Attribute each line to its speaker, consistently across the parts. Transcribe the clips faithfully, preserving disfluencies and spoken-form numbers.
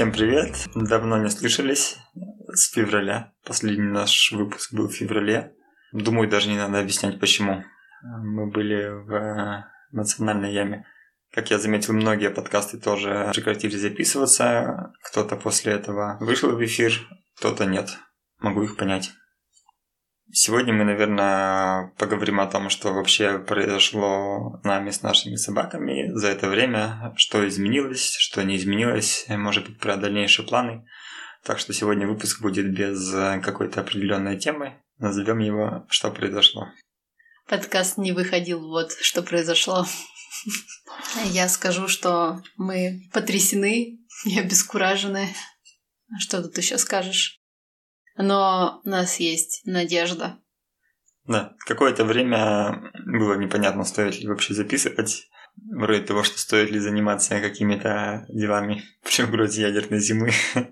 Speaker 1: Всем привет! Давно не слышались, с февраля. Последний наш выпуск был в феврале. Думаю, даже не надо объяснять, почему. Мы были в эмоциональной яме. Как я заметил, многие подкасты тоже прекратили записываться. Кто-то после этого вышел в эфир, кто-то нет. Могу их понять. Сегодня мы, наверное, поговорим о том, что вообще произошло с нами, с нашими собаками за это время, что изменилось, что не изменилось, может быть, про дальнейшие планы. Так что сегодня выпуск будет без какой-то определенной темы. Назовем его «Что произошло?».
Speaker 2: Подкаст не выходил, вот что произошло. Я скажу, что мы потрясены и обескуражены. Что тут еще скажешь? Но у нас есть надежда.
Speaker 1: Да, какое-то время было непонятно, стоит ли вообще записывать. Вроде того, что стоит ли заниматься какими-то делами при угрозе ядерной зимы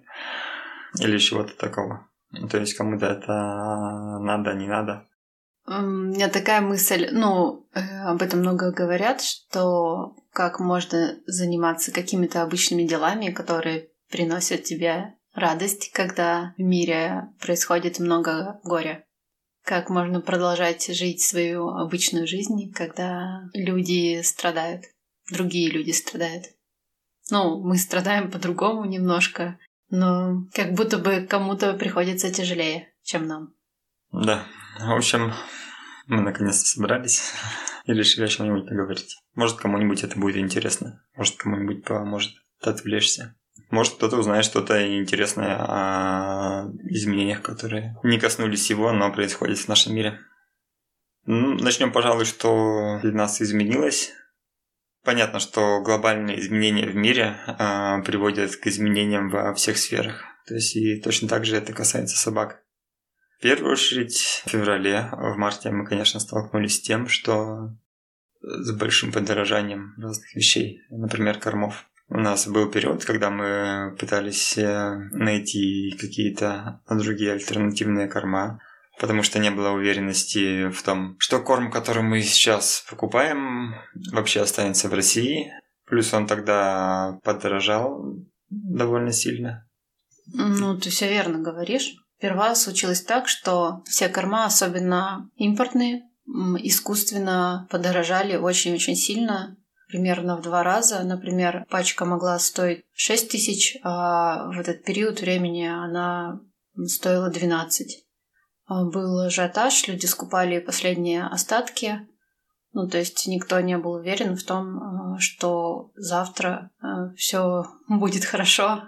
Speaker 1: или чего-то такого. То есть кому-то это надо, не надо.
Speaker 2: У меня такая мысль, ну, об этом много говорят, что как можно заниматься какими-то обычными делами, которые приносят тебе радость, когда в мире происходит много горя. Как можно продолжать жить свою обычную жизнь, когда люди страдают, другие люди страдают. Ну, мы страдаем по-другому немножко, но как будто бы кому-то приходится тяжелее, чем нам.
Speaker 1: Да, в общем, мы наконец-то собрались и решили о чем-нибудь поговорить. Может, кому-нибудь это будет интересно, может, кому-нибудь поможет отвлечься. Может, кто-то узнает что-то интересное о изменениях, которые не коснулись его, но происходят в нашем мире. Ну, начнем, пожалуй, что для нас изменилось. Понятно, что глобальные изменения в мире э, приводят к изменениям во всех сферах. То есть и точно так же это касается собак. В первую очередь, в феврале, в марте мы, конечно, столкнулись с тем, что с большим подорожанием разных вещей, например, кормов. У нас был период, когда мы пытались найти какие-то другие альтернативные корма, потому что не было уверенности в том, что корм, который мы сейчас покупаем, вообще останется в России. Плюс он тогда подорожал довольно сильно.
Speaker 2: Ну, ты все верно говоришь. Сперва случилось так, что все корма, особенно импортные, искусственно подорожали очень-очень сильно. Примерно в два раза. Например, пачка могла стоить шесть тысяч, а в этот период времени она стоила двенадцать. Был ажиотаж, люди скупали последние остатки. Ну, то есть никто не был уверен в том, что завтра все будет хорошо,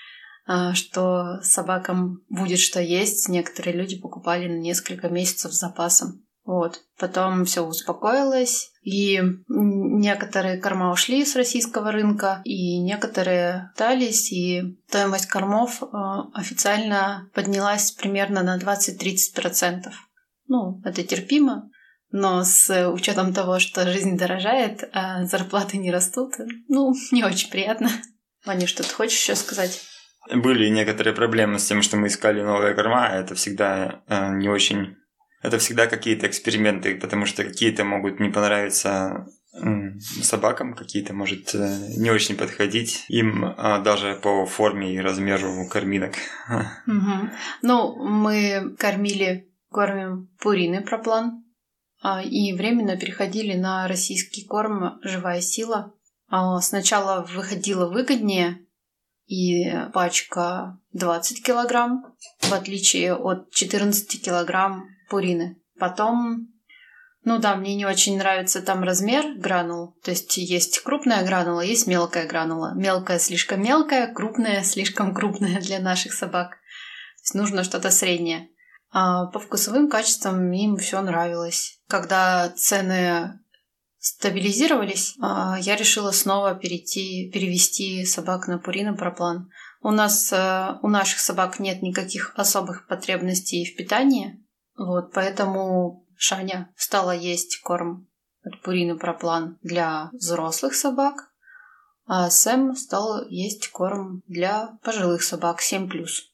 Speaker 2: что собакам будет что есть. Некоторые люди покупали на несколько месяцев с запасом. Вот. Потом все успокоилось, и некоторые корма ушли с российского рынка, и некоторые остались, и стоимость кормов официально поднялась примерно на двадцать-тридцать процентов. Ну, это терпимо, но с учетом того, что жизнь дорожает, а зарплаты не растут, ну, не очень приятно. Ваня, что ты хочешь еще сказать?
Speaker 1: Были некоторые проблемы с тем, что мы искали новые корма, это всегда э, не очень... Это всегда какие-то эксперименты, потому что какие-то могут не понравиться собакам, какие-то, может, не очень подходить им даже по форме и размеру корминок.
Speaker 2: Угу. Ну, мы кормили, кормим Purina Pro Plan и временно переходили на российский корм «Живая сила». Сначала выходило выгоднее, и пачка двадцать килограмм, в отличие от четырнадцати килограмм Purina. Потом, ну да, мне не очень нравится там размер гранул. То есть есть крупная гранула, есть мелкая гранула. Мелкая слишком мелкая, крупная слишком крупная для наших собак. То есть нужно что-то среднее. А по вкусовым качествам им все нравилось. Когда цены стабилизировались, я решила снова перейти, перевести собак на Purina Pro Plan. У нас, у наших собак нет никаких особых потребностей в питании. Вот, поэтому Шаня стала есть корм от Purina Pro Plan для взрослых собак, а Сэм стал есть корм для пожилых собак семь плюс.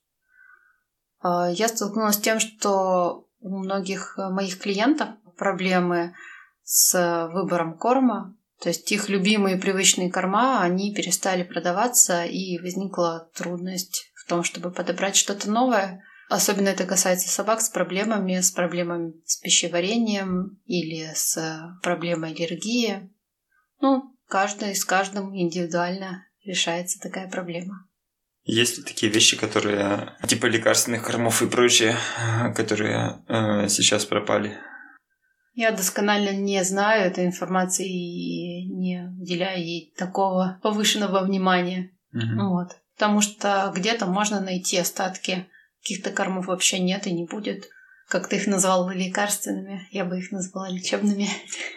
Speaker 2: Я столкнулась с тем, что у многих моих клиентов проблемы с выбором корма. То есть их любимые привычные корма, они перестали продаваться, и возникла трудность в том, чтобы подобрать что-то новое. Особенно это касается собак с проблемами, с проблемами с пищеварением или с проблемой аллергии. Ну, каждый с каждым индивидуально решается такая проблема.
Speaker 1: Есть ли такие вещи, которые типа лекарственных кормов и прочее, которые э, сейчас пропали?
Speaker 2: Я досконально не знаю этой информации и не уделяю ей такого повышенного внимания.
Speaker 1: Угу.
Speaker 2: Вот. Потому что где-то можно найти остатки. Каких-то кормов вообще нет и не будет. Как ты их назвал лекарственными, я бы их назвала лечебными.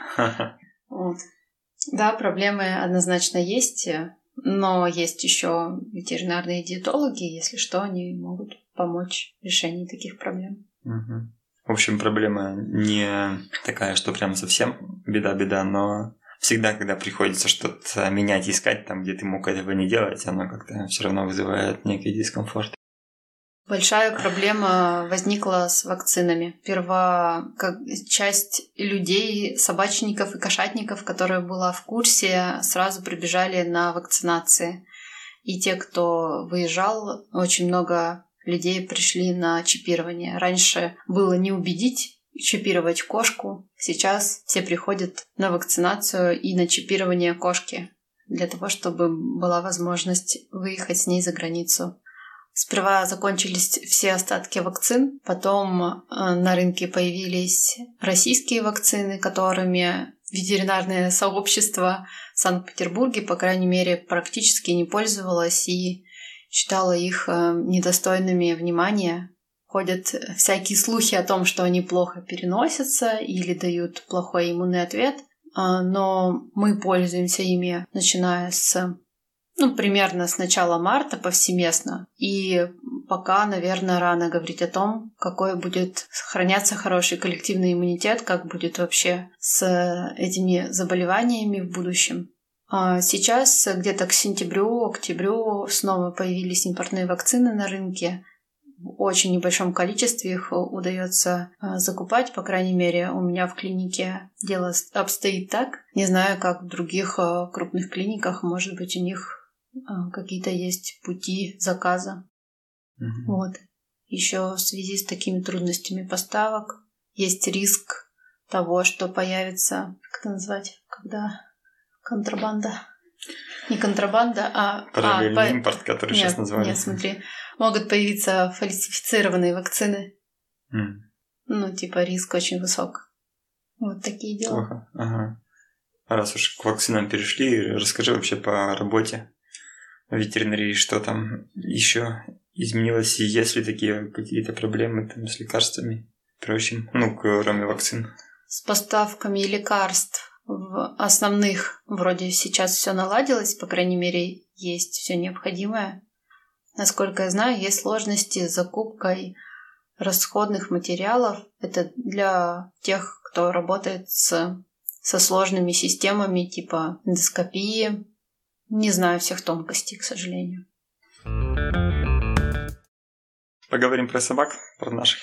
Speaker 2: Вот. Да, проблемы однозначно есть, но есть еще ветеринарные диетологи, если что, они могут помочь в решении таких проблем.
Speaker 1: Угу. В общем, проблема не такая, что прям совсем беда-беда, но всегда, когда приходится что-то менять, искать там, где ты мог этого не делать, оно как-то все равно вызывает некий дискомфорт.
Speaker 2: Большая проблема возникла с вакцинами. Сперва как часть людей, собачников и кошатников, которая была в курсе, сразу прибежали на вакцинации. И те, кто выезжал, очень много людей пришли на чипирование. Раньше было не убедить чипировать кошку. Сейчас все приходят на вакцинацию и на чипирование кошки для того, чтобы была возможность выехать с ней за границу. Сперва закончились все остатки вакцин, потом на рынке появились российские вакцины, которыми ветеринарное сообщество в Санкт-Петербурге, по крайней мере, практически не пользовалось и считала их недостойными внимания. Ходят всякие слухи о том, что они плохо переносятся или дают плохой иммунный ответ, но мы пользуемся ими, начиная с, ну, примерно с начала марта повсеместно. И пока, наверное, рано говорить о том, какой будет сохраняться хороший коллективный иммунитет, как будет вообще с этими заболеваниями в будущем. Сейчас где-то к сентябрю, октябрю снова появились импортные вакцины на рынке. В очень небольшом количестве их удается закупать. По крайней мере, у меня в клинике дело обстоит так. Не знаю, как в других крупных клиниках. Может быть, у них какие-то есть пути заказа. Mm-hmm. Вот. Еще в связи с такими трудностями поставок есть риск того, что появится, как это назвать, когда... контрабанда. Не контрабанда, а...
Speaker 1: Параллельный
Speaker 2: а,
Speaker 1: импорт, который
Speaker 2: нет,
Speaker 1: сейчас назвали.
Speaker 2: Нет, смотри. Могут появиться фальсифицированные вакцины.
Speaker 1: Mm.
Speaker 2: Ну, типа, риск очень высок. Вот такие дела.
Speaker 1: Плохо. Ага. Раз уж к вакцинам перешли, расскажи вообще по работе в ветеринарии, что там еще изменилось, и есть ли такие какие-то проблемы там, с лекарствами и прочим, ну, кроме вакцин.
Speaker 2: С поставками лекарств в основных вроде сейчас все наладилось, по крайней мере, есть все необходимое. Насколько я знаю, есть сложности с закупкой расходных материалов. Это для тех, кто работает с, со сложными системами типа эндоскопии. Не знаю всех тонкостей, к сожалению.
Speaker 1: Поговорим про собак, про наших.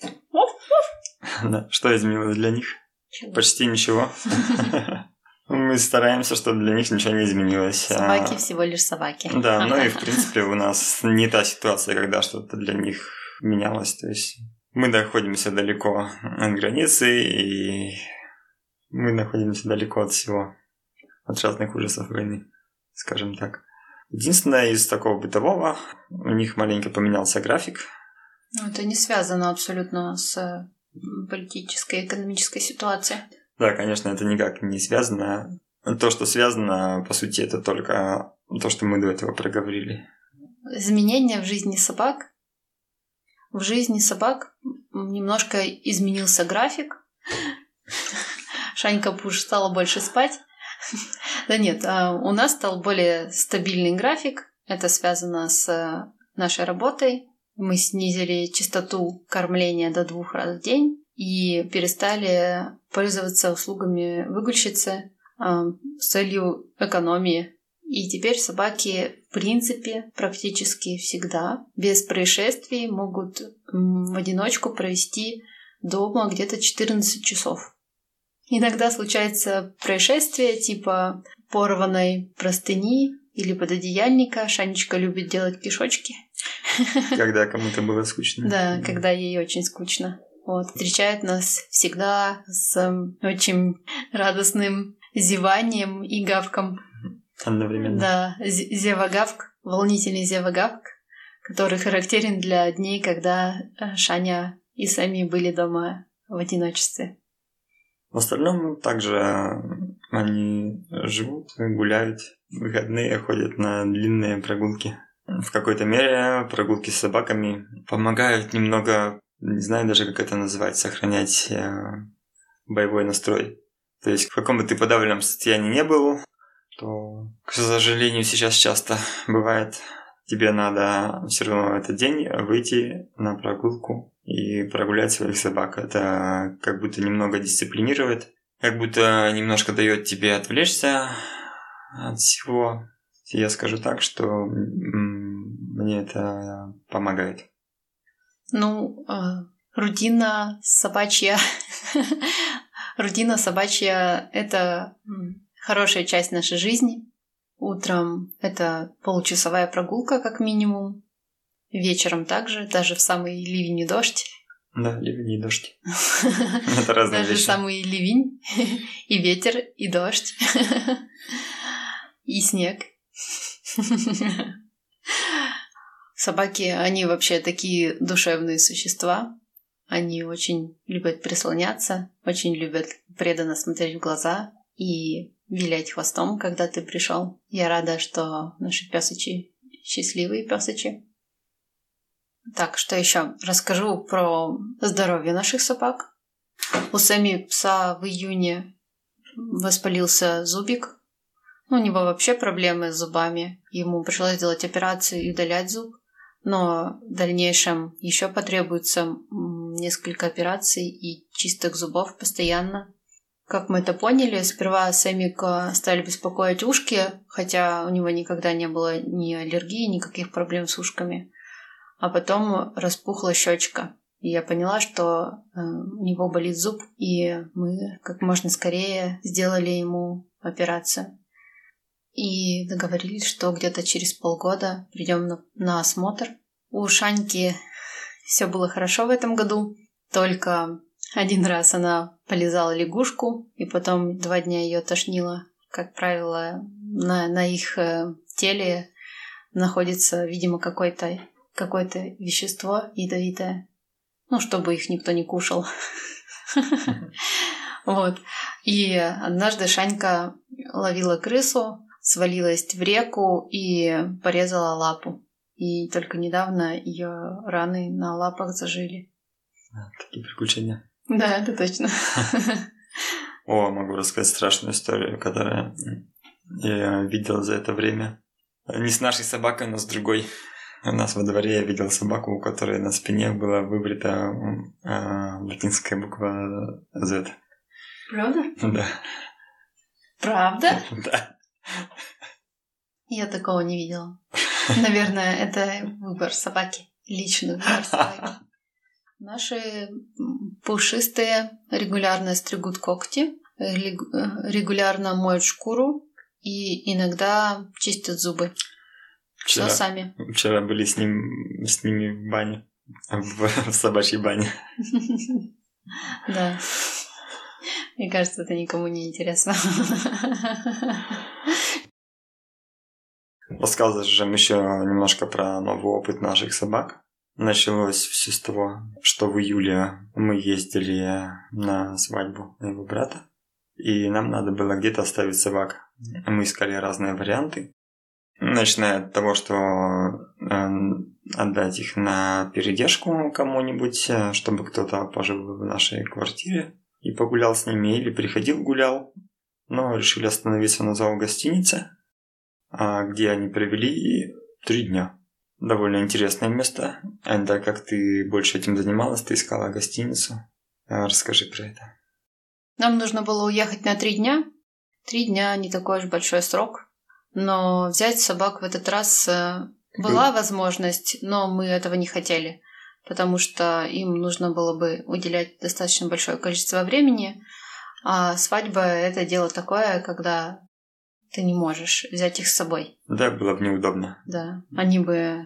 Speaker 1: Да, что изменилось для них? Чего? Почти ничего. Мы стараемся, чтобы для них ничего не изменилось.
Speaker 2: Собаки всего лишь собаки.
Speaker 1: Да, ну и в принципе у нас не та ситуация, когда что-то для них менялось. То есть мы находимся далеко от границы, и мы находимся далеко от всего, от разных ужасов войны, скажем так. Единственное, из такого бытового, у них маленько поменялся график.
Speaker 2: Ну, это не связано абсолютно с политической и экономической ситуацией.
Speaker 1: Да, конечно, это никак не связано. То, что связано, по сути, это только то, что мы до этого проговорили.
Speaker 2: Изменения в жизни собак. В жизни собак немножко изменился график. Шанька Пуш стала больше спать. Да нет, у нас стал более стабильный график. Это связано с нашей работой. Мы снизили частоту кормления до двух раз в день и перестали пользоваться услугами выгульщицы э, с целью экономии. И теперь собаки, в принципе, практически всегда без происшествий могут в одиночку провести дома где-то четырнадцать часов. Иногда случается происшествие типа порванной простыни или пододеяльника. Шанечка любит делать кишочки.
Speaker 1: Когда кому-то было скучно.
Speaker 2: Да, когда ей очень скучно. Вот. Встречает нас всегда с очень радостным зеванием и гавком.
Speaker 1: Одновременно.
Speaker 2: Да, зевагавк, волнительный зевагавк, который характерен для дней, когда Шаня и Сэмми были дома в одиночестве.
Speaker 1: В остальном также они живут, гуляют, в выходные ходят на длинные прогулки. В какой-то мере прогулки с собаками помогают немного, не знаю даже, как это называть, сохранять э, боевой настрой. То есть в каком бы ты подавленном состоянии не был, то, к сожалению, сейчас часто бывает, тебе надо все равно в этот день выйти на прогулку и прогулять своих собак. Это как будто немного дисциплинирует, как будто немножко дает тебе отвлечься от всего. Я скажу так, что мне это помогает.
Speaker 2: Ну, рутина собачья. Рутина собачья – это хорошая часть нашей жизни. Утром это получасовая прогулка, как минимум. Вечером также, даже в самый ливень и дождь.
Speaker 1: Да, ливень и дождь. Это разные вещи.
Speaker 2: Даже самый ливень, и ветер, и дождь, и снег. Собаки, они вообще такие душевные существа. Они очень любят прислоняться, очень любят преданно смотреть в глаза и вилять хвостом, когда ты пришел. Я рада, что наши пёсочи счастливые пёсочи. Так, что еще? Расскажу про здоровье наших собак. У Сэмми пса в июне воспалился зубик. У него вообще проблемы с зубами. Ему пришлось делать операцию и удалять зуб. Но в дальнейшем еще потребуется несколько операций и чисток зубов постоянно. Как мы это поняли, сперва Сэмика стали беспокоить ушки, хотя у него никогда не было ни аллергии, никаких проблем с ушками. А потом распухла щечка. И я поняла, что э, у него болит зуб, и мы как можно скорее сделали ему операцию. И договорились, что где-то через полгода придем на, на осмотр. У Шаньки все было хорошо в этом году, только один раз она полизала лягушку, и потом два дня ее тошнило. Как правило, на, на их э, теле находится, видимо, какой-то какое-то вещество ядовитое. Ну, чтобы их никто не кушал. Вот. И однажды Шанька ловила крысу, свалилась в реку и порезала лапу. И только недавно ее раны на лапах зажили.
Speaker 1: Такие приключения.
Speaker 2: Да, это точно.
Speaker 1: О, могу рассказать страшную историю, которую я видел за это время. Не с нашей собакой, но с другой. У нас во дворе я видел собаку, у которой на спине была выбрита э, латинская буква Z.
Speaker 2: Правда?
Speaker 1: Да.
Speaker 2: Правда?
Speaker 1: Да.
Speaker 2: Я такого не видела. Наверное, это выбор собаки. Личный выбор собаки. Наши пушистые регулярно стригут когти, регулярно моют шкуру и иногда чистят зубы.
Speaker 1: Вчера,
Speaker 2: Все сами.
Speaker 1: Вчера были с, ним, с ними в бане, в, в собачьей бане.
Speaker 2: Да. Мне кажется, это никому не интересно.
Speaker 1: Расскажем еще немножко про новый опыт наших собак. Началось все с того, что в июле мы ездили на свадьбу моего брата, и нам надо было где-то оставить собак. Мы искали разные варианты, начиная от того, что э, отдать их на передержку кому-нибудь, чтобы кто-то пожил в нашей квартире и погулял с ними, или приходил гулял, но решили остановиться на зоогостинице, где они провели три дня. Довольно интересное место. Энда, как ты больше этим занималась, ты искала гостиницу. Расскажи про это.
Speaker 2: Нам нужно было уехать на три дня. Три дня не такой уж большой срок. Но взять собак в этот раз была возможность, но мы этого не хотели. Потому что им нужно было бы уделять достаточно большое количество времени. А свадьба — это дело такое, когда ты не можешь взять их с собой.
Speaker 1: Да, было бы неудобно.
Speaker 2: Да, они бы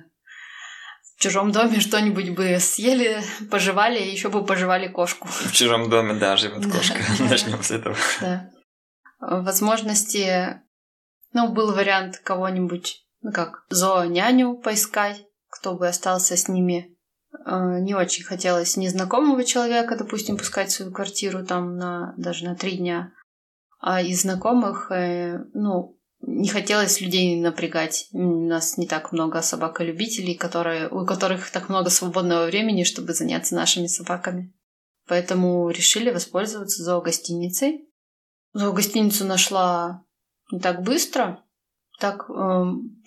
Speaker 2: в чужом доме что-нибудь бы съели, пожевали, и еще бы пожевали кошку.
Speaker 1: В чужом доме, да, живет кошка. Начнем с этого.
Speaker 2: Да. Возможности... Ну, был вариант кого-нибудь, ну как, зооняню поискать, кто бы остался с ними. Не очень хотелось незнакомого человека, допустим, пускать в свою квартиру там на, даже на три дня. А из знакомых, ну, не хотелось людей напрягать. У нас не так много собаколюбителей, которые, у которых так много свободного времени, чтобы заняться нашими собаками. Поэтому решили воспользоваться зоогостиницей. Зоогостиницу нашла не так быстро. Так, э,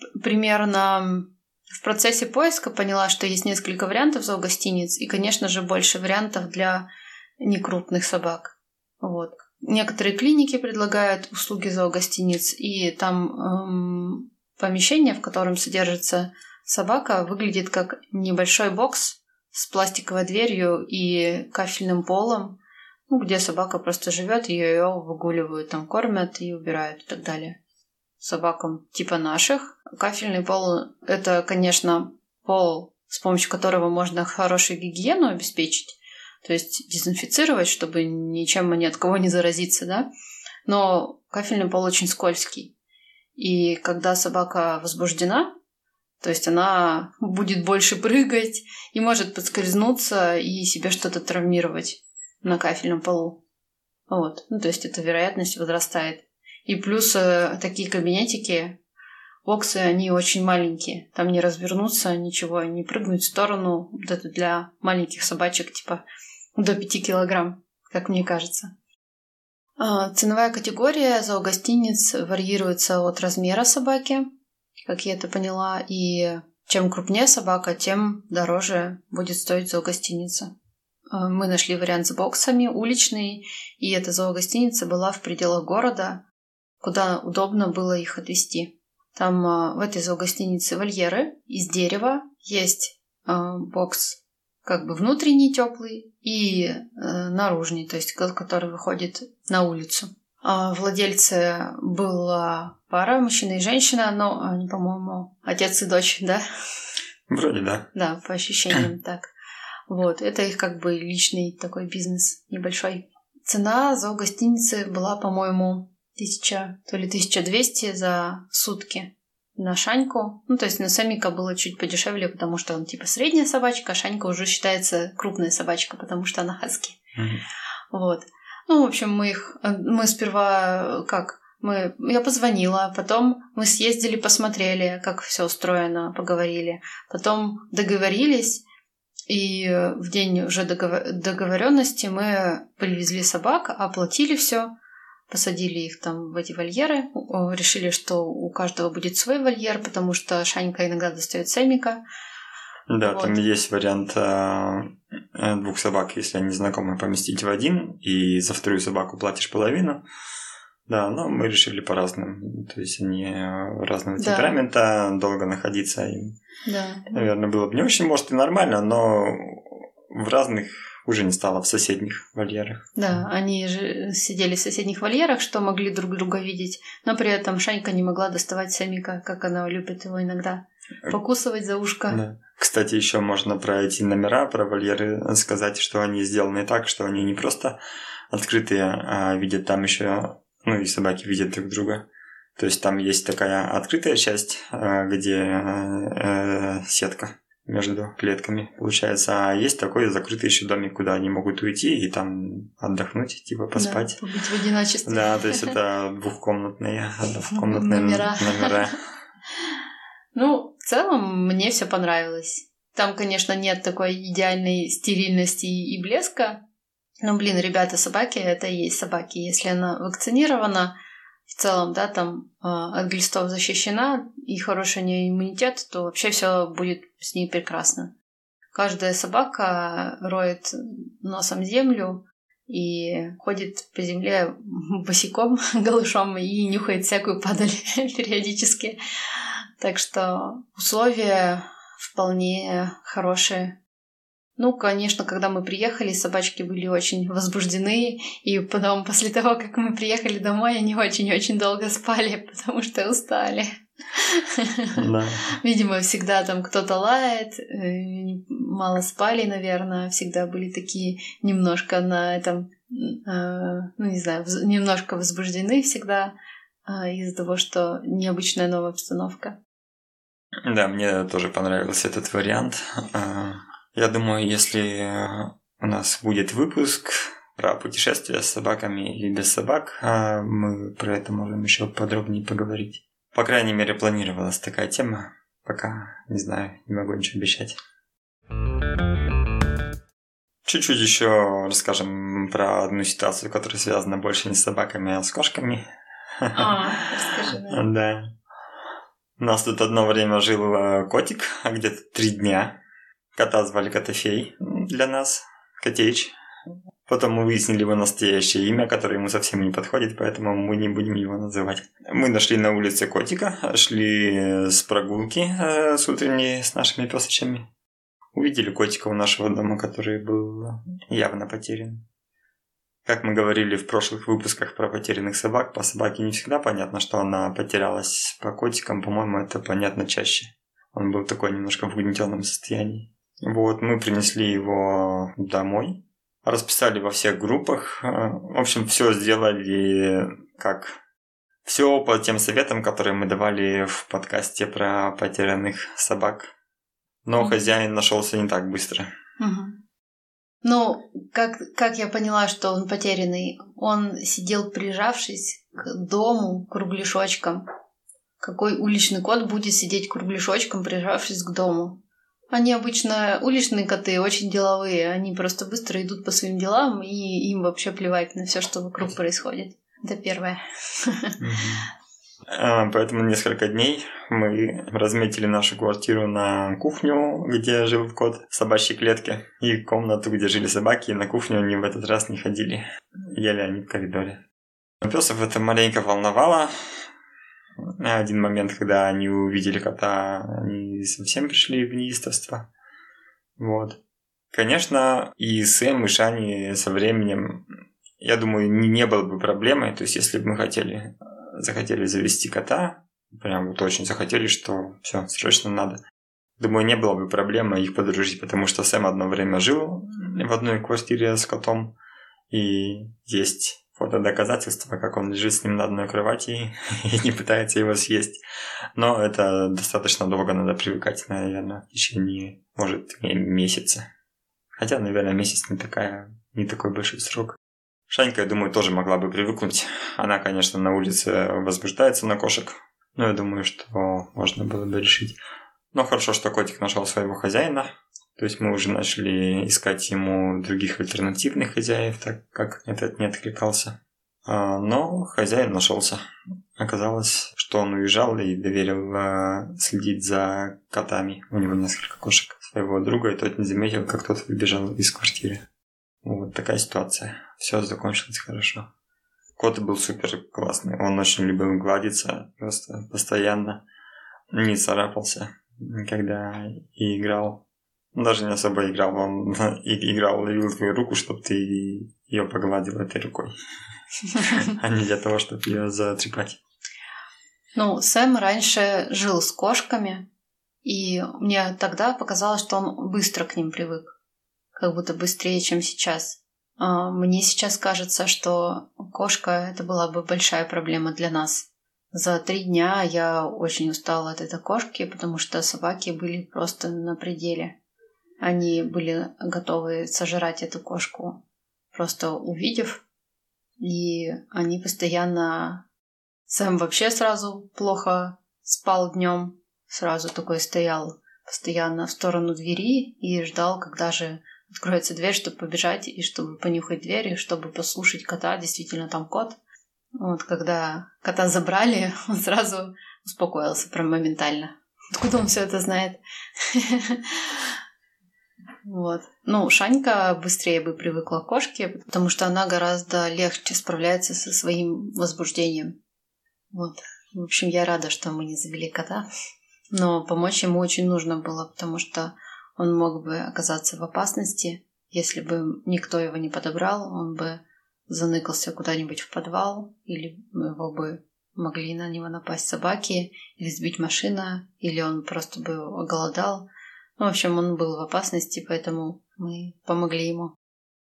Speaker 2: примерно в процессе поиска поняла, что есть несколько вариантов зоогостиниц, и, конечно же, больше вариантов для некрупных собак. Вот. Некоторые клиники предлагают услуги зоогостиниц, и там эм, помещение, в котором содержится собака, выглядит как небольшой бокс с пластиковой дверью и кафельным полом, ну, где собака просто живет, ее выгуливают, там кормят и убирают и так далее. Собакам типа наших. Кафельный пол – это, конечно, пол, с помощью которого можно хорошую гигиену обеспечить, то есть дезинфицировать, чтобы ничем ни от кого не заразиться, да? Но кафельный пол очень скользкий. И когда собака возбуждена, то есть она будет больше прыгать и может подскользнуться и себе что-то травмировать на кафельном полу. Вот. Ну, то есть эта вероятность возрастает. И плюс э, такие кабинетики, боксы, они очень маленькие. Там не развернуться, ничего, не прыгнуть в сторону. Вот это для маленьких собачек, типа до пяти килограмм, как мне кажется. А, ценовая категория зоогостиниц варьируется от размера собаки, как я это поняла. И чем крупнее собака, тем дороже будет стоить зоогостиница. Мы нашли вариант с боксами, уличный, и эта зоогостиница была в пределах города, куда удобно было их отвезти. Там в этой зоогостинице вольеры из дерева, есть бокс как бы внутренний теплый и наружный, то есть который выходит на улицу. Владельцы была пара, мужчина и женщина, но они, по-моему, отец и дочь, да?
Speaker 1: Вроде да.
Speaker 2: Да, по ощущениям так. Вот, это их как бы личный такой бизнес небольшой. Цена зоогостиницы была, по-моему, тысяча, то ли тысяча двести за сутки на Шаньку. Ну, то есть на Сэмика было чуть подешевле, потому что он типа средняя собачка, а Шанька уже считается крупная собачка, потому что она хаски. Mm-hmm. Вот. Ну, в общем, мы их... Мы сперва как... Мы, я позвонила, потом мы съездили, посмотрели, как все устроено, поговорили. Потом договорились, и в день уже договоренности мы привезли собак, оплатили все, посадили их там в эти вольеры, решили, что у каждого будет свой вольер, потому что Шанька иногда достает Сэмика.
Speaker 1: Да,
Speaker 2: вот.
Speaker 1: Там есть вариант э, двух собак, если они знакомы, поместить в один, и за вторую собаку платишь половину. Да, но мы решили по-разному. То есть они разного да. темперамента, долго находиться им.
Speaker 2: Да.
Speaker 1: Наверное, было бы не очень, может, и нормально, но в разных уже не стало, в соседних вольерах.
Speaker 2: Да, они же сидели в соседних вольерах, что могли друг друга видеть, но при этом Шанька не могла доставать Сэмика, как она любит его иногда покусывать за ушко.
Speaker 1: Да. Кстати, еще можно про эти номера, про вольеры сказать, что они сделаны так, что они не просто открытые, а видят там еще... Ну, и собаки видят друг друга. То есть там есть такая открытая часть, где сетка между клетками получается, а есть такой закрытый еще домик, куда они могут уйти и там отдохнуть, типа поспать.
Speaker 2: Да, побыть в одиночестве.
Speaker 1: Да, то есть это двухкомнатные, двухкомнатные номера. номера.
Speaker 2: Ну, в целом мне все понравилось. Там, конечно, нет такой идеальной стерильности и блеска. Но, блин, ребята, собаки — это и есть собаки. Если она вакцинирована, в целом, да, там э, от глистов защищена и хороший у нее иммунитет, то вообще все будет с ней прекрасно. Каждая собака роет носом землю и ходит по земле босиком, голышом и нюхает всякую падаль периодически. Так что условия вполне хорошие. Ну, конечно, когда мы приехали, собачки были очень возбуждены, и потом, после того, как мы приехали домой, они очень-очень долго спали, потому что устали.
Speaker 1: Да.
Speaker 2: Видимо, всегда там кто-то лает, мало спали, наверное, всегда были такие немножко на этом, ну, не знаю, немножко возбуждены всегда из-за того, что необычная новая обстановка.
Speaker 1: Да, мне тоже понравился этот вариант. Я думаю, если у нас будет выпуск про путешествия с собаками и без собак, мы про это можем еще подробнее поговорить. По крайней мере, планировалась такая тема. Пока, не знаю, не могу ничего обещать. Чуть-чуть еще расскажем про одну ситуацию, которая связана больше не с собаками, а с кошками.
Speaker 2: А, расскажи, да.
Speaker 1: Да. У нас тут одно время жил котик, где-то три дня. Кота звали Котофей для нас, Котеич. Потом мы выяснили его настоящее имя, которое ему совсем не подходит, поэтому мы не будем его называть. Мы нашли на улице котика, шли с прогулки э, с утренней с нашими песочами. Увидели котика у нашего дома, который был явно потерян. Как мы говорили в прошлых выпусках про потерянных собак, по собаке не всегда понятно, что она потерялась. По котикам, по-моему, это понятно чаще. Он был такой немножко в угнетенном состоянии. Вот, мы принесли его домой, расписали во всех группах. В общем, все сделали как... Все по тем советам, которые мы давали в подкасте про потерянных собак. Но mm-hmm. хозяин нашелся не так быстро.
Speaker 2: Mm-hmm. Ну, как, как я поняла, что он потерянный, он сидел прижавшись к дому кругляшочком. Какой уличный кот будет сидеть кругляшочком, прижавшись к дому? Они обычно, уличные коты, очень деловые. Они просто быстро идут по своим делам, и им вообще плевать на все, что вокруг происходит. Это первое.
Speaker 1: Поэтому несколько дней мы разметили нашу квартиру на кухню, где жил кот в собачьей клетке, и комнату, где жили собаки, и на кухню они в этот раз не ходили. Ели они в коридоре. Песов это маленько волновало. Один момент, когда они увидели кота, они совсем пришли в неистовство. Вот. Конечно, и Сэм, и Шани со временем, я думаю, не, не было бы проблемой. То есть, если бы мы хотели, захотели завести кота, прям вот очень захотели, что все, срочно надо. Думаю, не было бы проблемы их подружить, потому что Сэм одно время жил в одной квартире с котом, и есть фотодоказательства, как он лежит с ним на одной кровати и не пытается его съесть. Но это достаточно долго надо привыкать, наверное, в течение, может, месяца. Хотя, наверное, месяц не, такая, не такой большой срок. Шанька, я думаю, тоже могла бы привыкнуть. Она, конечно, на улице возбуждается на кошек, но я думаю, что можно было бы решить. Но хорошо, что котик нашел своего хозяина. То есть мы уже начали искать ему других альтернативных хозяев, так как этот не откликался. Но хозяин нашелся. Оказалось, что он уезжал и доверил следить за котами. У него несколько кошек своего друга, и тот не заметил, как тот выбежал из квартиры. Вот такая ситуация. Все закончилось хорошо. Кот был супер классный. Он очень любил гладиться просто постоянно. Не царапался, когда и играл. Даже не особо играл, он играл, ловил твою руку, чтобы ты ее погладил этой рукой, а не для того, чтобы ее затрепать.
Speaker 2: Ну, Сэм раньше жил с кошками, и мне тогда показалось, что он быстро к ним привык, как будто быстрее, чем сейчас. Мне сейчас кажется, что кошка – это была бы большая проблема для нас. За три дня я очень устала от этой кошки, потому что собаки были просто на пределе. Они были готовы сожрать эту кошку, просто увидев. И они постоянно... Сэм вообще сразу плохо спал днем, сразу такой стоял постоянно в сторону двери и ждал, когда же откроется дверь, чтобы побежать и чтобы понюхать дверь, и чтобы послушать кота, действительно там кот. Вот когда кота забрали, он сразу успокоился прям моментально. Откуда он все это знает? Вот. Ну, Шанька быстрее бы привыкла к кошке, потому что она гораздо легче справляется со своим возбуждением. Вот. В общем, я рада, что мы не завели кота. Но помочь ему очень нужно было, потому что он мог бы оказаться в опасности. Если бы никто его не подобрал, он бы заныкался куда-нибудь в подвал, или его бы могли на него напасть собаки, или сбить машина, или он просто бы оголодал. Ну, в общем, он был в опасности, поэтому мы помогли ему.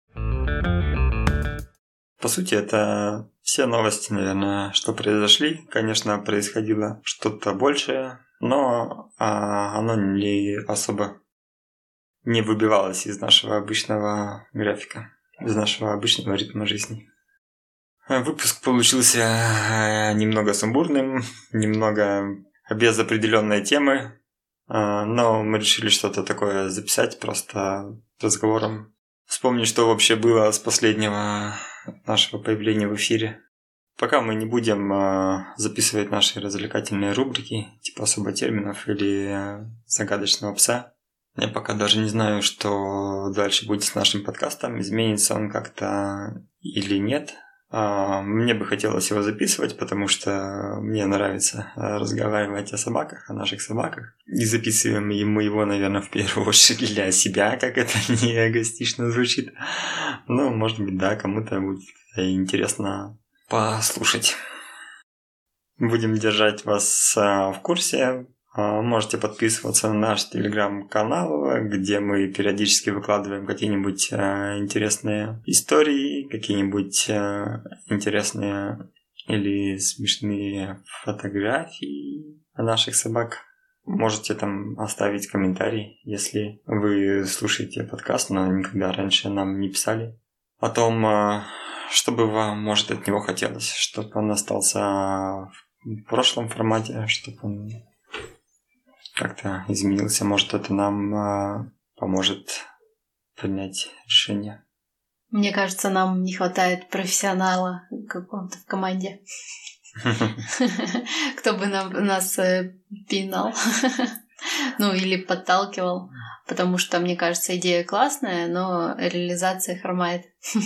Speaker 1: По сути, это все новости, наверное, что произошли. Конечно, происходило что-то большее, но а, оно не особо не выбивалось из нашего обычного графика, из нашего обычного ритма жизни. Выпуск получился немного сумбурным, немного без определенной темы, но мы решили что-то такое записать просто разговором. Вспомнить, что вообще было с последнего нашего появления в эфире. Пока мы не будем записывать наши развлекательные рубрики, типа особо терминов или загадочного пса. Я пока даже не знаю, что дальше будет с нашим подкастом, изменится он как-то или нет. Мне бы хотелось его записывать, потому что мне нравится разговаривать о собаках, о наших собаках. И записываем мы его, наверное, в первую очередь для себя, как это не эгоистично звучит. Ну, может быть, да, кому-то будет интересно послушать. Будем держать вас в курсе. Можете подписываться на наш телеграм-канал, где мы периодически выкладываем какие-нибудь интересные истории, какие-нибудь интересные или смешные фотографии наших собак. Можете там оставить комментарий, если вы слушаете подкаст, но никогда раньше нам не писали, о том, что бы вам, может, от него хотелось, чтобы он остался в прошлом формате, чтобы он как-то изменился. Может, это нам э, поможет принять решение.
Speaker 2: Мне кажется, нам не хватает профессионала какого-то в команде. Кто бы нас пинал. Ну, или подталкивал. Потому что, мне кажется, идея классная, но реализация хромает.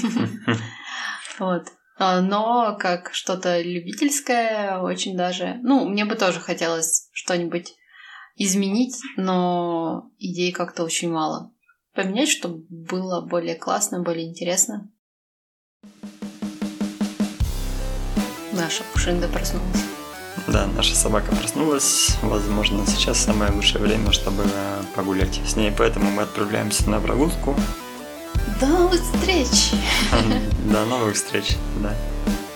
Speaker 2: Вот. Но как что-то любительское, очень даже... Ну, мне бы тоже хотелось что-нибудь изменить, но идей как-то очень мало. Поменять, чтобы было более классно, более интересно. Наша Пушинда проснулась.
Speaker 1: Да, наша собака проснулась. Возможно, сейчас самое лучшее время, чтобы погулять с ней. Поэтому мы отправляемся на прогулку.
Speaker 2: До новых встреч!
Speaker 1: До новых встреч, да.